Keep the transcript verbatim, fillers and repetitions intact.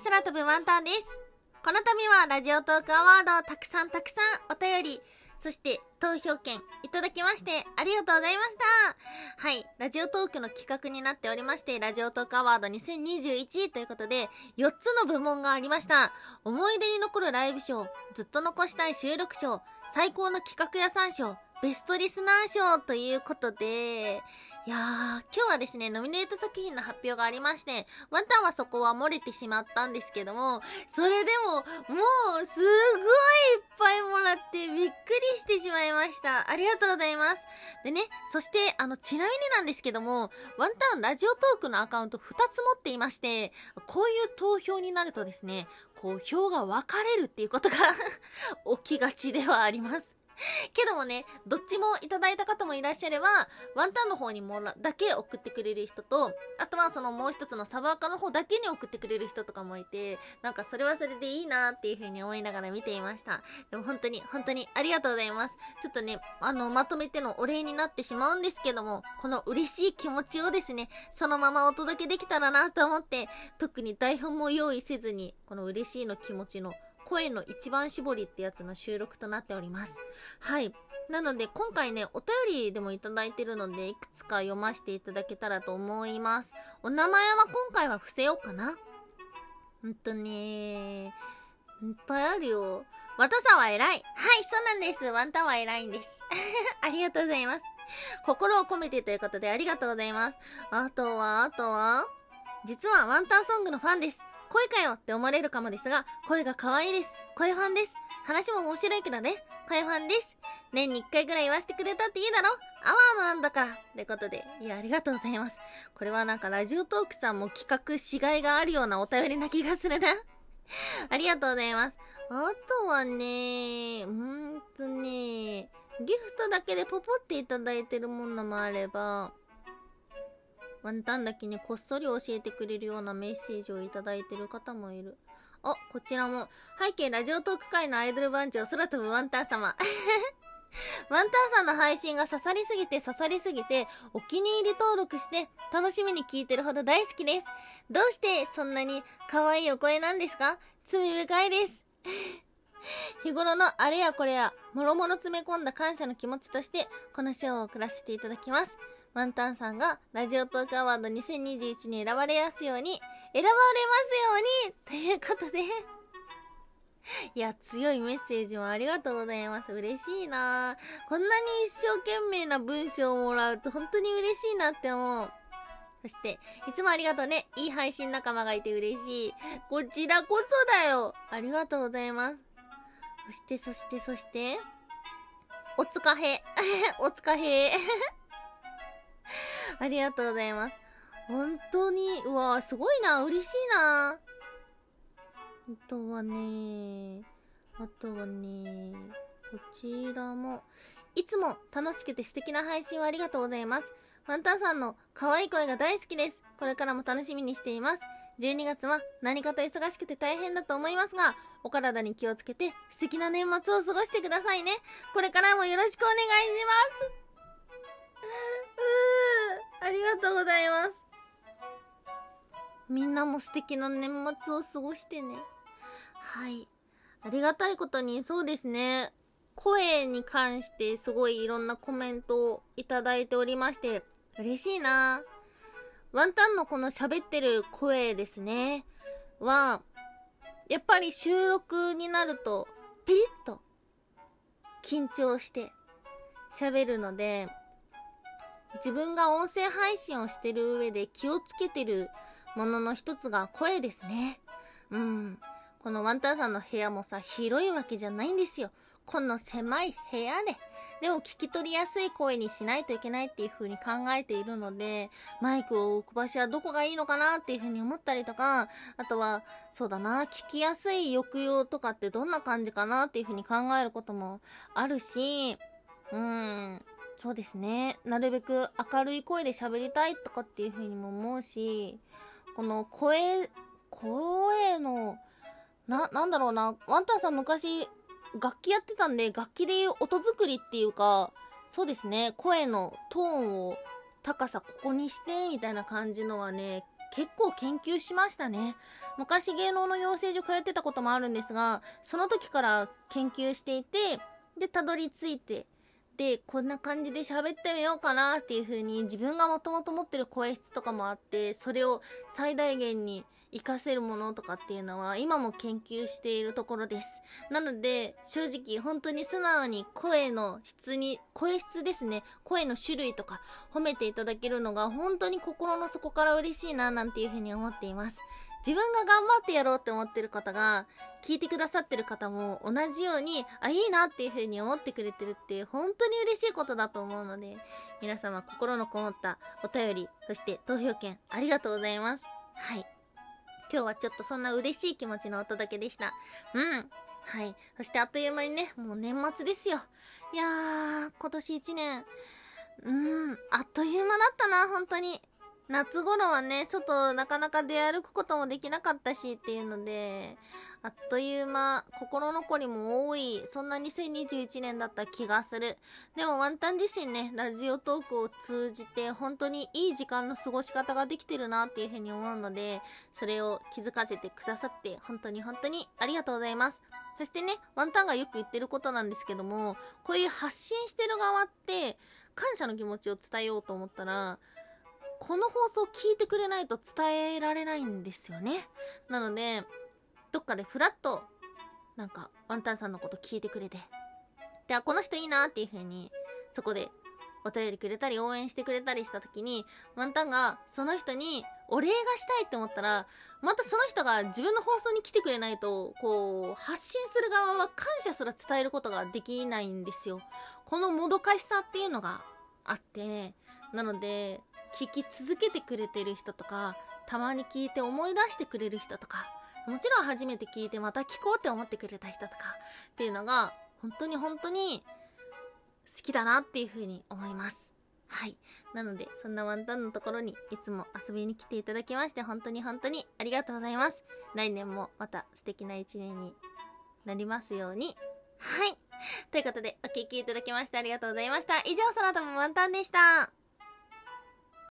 空飛ぶワンタンです。この度はラジオトークアワードたくさんたくさんお便り、そして投票券いただきましてありがとうございました。はい、ラジオトークの企画になっておりまして、ラジオトークアワードにせんにじゅういちということでよっつの部門がありました。思い出に残るライブ賞、ずっと残したい収録賞、最高の企画屋さん賞、ベストリスナー賞ということで、いやー、今日はですね、ノミネート作品の発表がありまして、ワンタンはそこは漏れてしまったんですけども、それでも、もう、すごいいっぱいもらってびっくりしてしまいました。ありがとうございます。でね、そして、あの、ちなみになんですけども、ワンタンラジオトークのアカウントふたつ持っていまして、こういう投票になるとですね、こう、票が分かれるっていうことが起きがちではあります。けどもね、どっちもいただいた方もいらっしゃれば、ワンタンの方にもらだけ送ってくれる人と、あとはそのもう一つのサブアカの方だけに送ってくれる人とかもいて、なんかそれはそれでいいなっていう風に思いながら見ていました。でも本当に本当にありがとうございます。ちょっとね、あのまとめてのお礼になってしまうんですけども、この嬉しい気持ちをですね、そのままお届けできたらなと思って、特に台本も用意せずに、この嬉しいの気持ちの声の一番絞りってやつの収録となっております。はい。なので今回ね、お便りでもいただいてるので、いくつか読ませていただけたらと思います。お名前は今回は伏せようかな。ほんとねー、いっぱいあるよ。ワンタンさんは偉い。はい、そうなんです。ワンタンは偉いんです。ありがとうございます。心を込めてということでありがとうございます。あとは、あとは、実はワンタンソングのファンです。声かよって思われるかもですが、声が可愛いです。声ファンです。話も面白いけどね、声ファンです。年にいっかいぐらい言わせてくれたっていいだろ、アワードなんだから。ってことで、いや、ありがとうございます。これはなんかラジオトークさんも企画しがいがあるようなお便りな気がするな。ありがとうございます。あとはね、うーんとね、ギフトだけでポポっていただいてるものもあれば、ワンタンだけにこっそり教えてくれるようなメッセージをいただいてる方もいる。あ、こちらも背景ラジオトーク界のアイドル番長空飛ぶワンタン様。ワンタンさんの配信が刺さりすぎて刺さりすぎてお気に入り登録して楽しみに聞いてるほど大好きです。どうしてそんなに可愛いお声なんですか？罪深いです。日頃のあれやこれやもろもろ詰め込んだ感謝の気持ちとしてこの賞を送らせていただきます。ワンタンさんがラジオトークアワードにせんにじゅういちに選ばれやすように選ばれますようにということでいや、強いメッセージもありがとうございます。嬉しいな。こんなに一生懸命な文章をもらうと本当に嬉しいなって思う。そしていつもありがとうね。いい配信仲間がいて嬉しい。こちらこそだよ。ありがとうございます。そしてそしてそしておつかへおつかへありがとうございます。本当に、うわー、すごいな、嬉しいな。あとはね、あとはね、こちらも、いつも楽しくて素敵な配信をありがとうございます。ワンタンさんの可愛い声が大好きです。これからも楽しみにしています。じゅうにがつは何かと忙しくて大変だと思いますが、お体に気をつけて素敵な年末を過ごしてくださいね。これからもよろしくお願いします。うー、ありがとうございます。みんなも素敵な年末を過ごしてね。はい。ありがたいことに、そうですね。声に関してすごいいろんなコメントをいただいておりまして、嬉しいな。ワンタンのこの喋ってる声ですね。は、やっぱり収録になると、ピリッと緊張して喋るので、自分が音声配信をしてる上で気をつけてるものの一つが声ですね。うん。このワンタンさんの部屋もさ、広いわけじゃないんですよ。この狭い部屋で。でも聞き取りやすい声にしないといけないっていう風に考えているので、マイクを置く場所はどこがいいのかなっていう風に思ったりとか、あとは、そうだな、聞きやすい抑揚とかってどんな感じかなっていう風に考えることもあるし、うーん。そうですね。なるべく明るい声で喋りたいとかっていう風にも思うし、この声、声の、な、なんだろうな。ワンタンさん昔楽器やってたんで、楽器でいう音作りっていうか、そうですね。声のトーンを高さここにして、みたいな感じのはね、 結構研究しましたね。昔芸能の養成所通ってたこともあるんですが、その時から研究していて、でたどり着いて、でこんな感じで喋ってみようかなっていう風に自分がもともと持ってる声質とかもあって、それを最大限に活かせるものとかっていうのは今も研究しているところです。なので正直本当に素直に声の質に声質ですね、声の種類とか褒めていただけるのが本当に心の底から嬉しいななんていう風に思っています。自分が頑張ってやろうって思ってる方が聞いてくださってる方も同じように、あ、いいなっていう風に思ってくれてるって本当に嬉しいことだと思うので、皆様心のこもったお便り、そして投票券ありがとうございます。はい、今日はちょっとそんな嬉しい気持ちのお届けでした。うんはい、そしてあっという間にね、もう年末ですよ。いやー、今年いちねんうんあっという間だったな。本当に夏頃はね、外なかなか出歩くこともできなかったしっていうので、あっという間、心残りも多い、そんなにせんにじゅういちねんだった気がする。でもワンタン自身ね、ラジオトークを通じて本当にいい時間の過ごし方ができてるなっていうふうに思うので、それを気づかせてくださって本当に本当にありがとうございます。そしてね、ワンタンがよく言ってることなんですけども、こういう発信してる側って感謝の気持ちを伝えようと思ったら、この放送を聞いてくれないと伝えられないんですよね。なのでどっかでフラッとなんかワンタンさんのこと聞いてくれて、で、あ、この人いいなっていう風にそこでお便りくれたり応援してくれたりした時に、ワンタンがその人にお礼がしたいって思ったら、またその人が自分の放送に来てくれないと、こう発信する側は感謝すら伝えることができないんですよ。このもどかしさっていうのがあって、なので聞き続けてくれてる人とか、たまに聞いて思い出してくれる人とか、もちろん初めて聞いてまた聞こうって思ってくれた人とかっていうのが本当に本当に好きだなっていう風に思います。はい、なのでそんなワンタンのところにいつも遊びに来ていただきまして本当に本当にありがとうございます。来年もまた素敵な一年になりますように。はい、ということでお聞きいただきましてありがとうございました。以上、空飛ぶワンタンでした。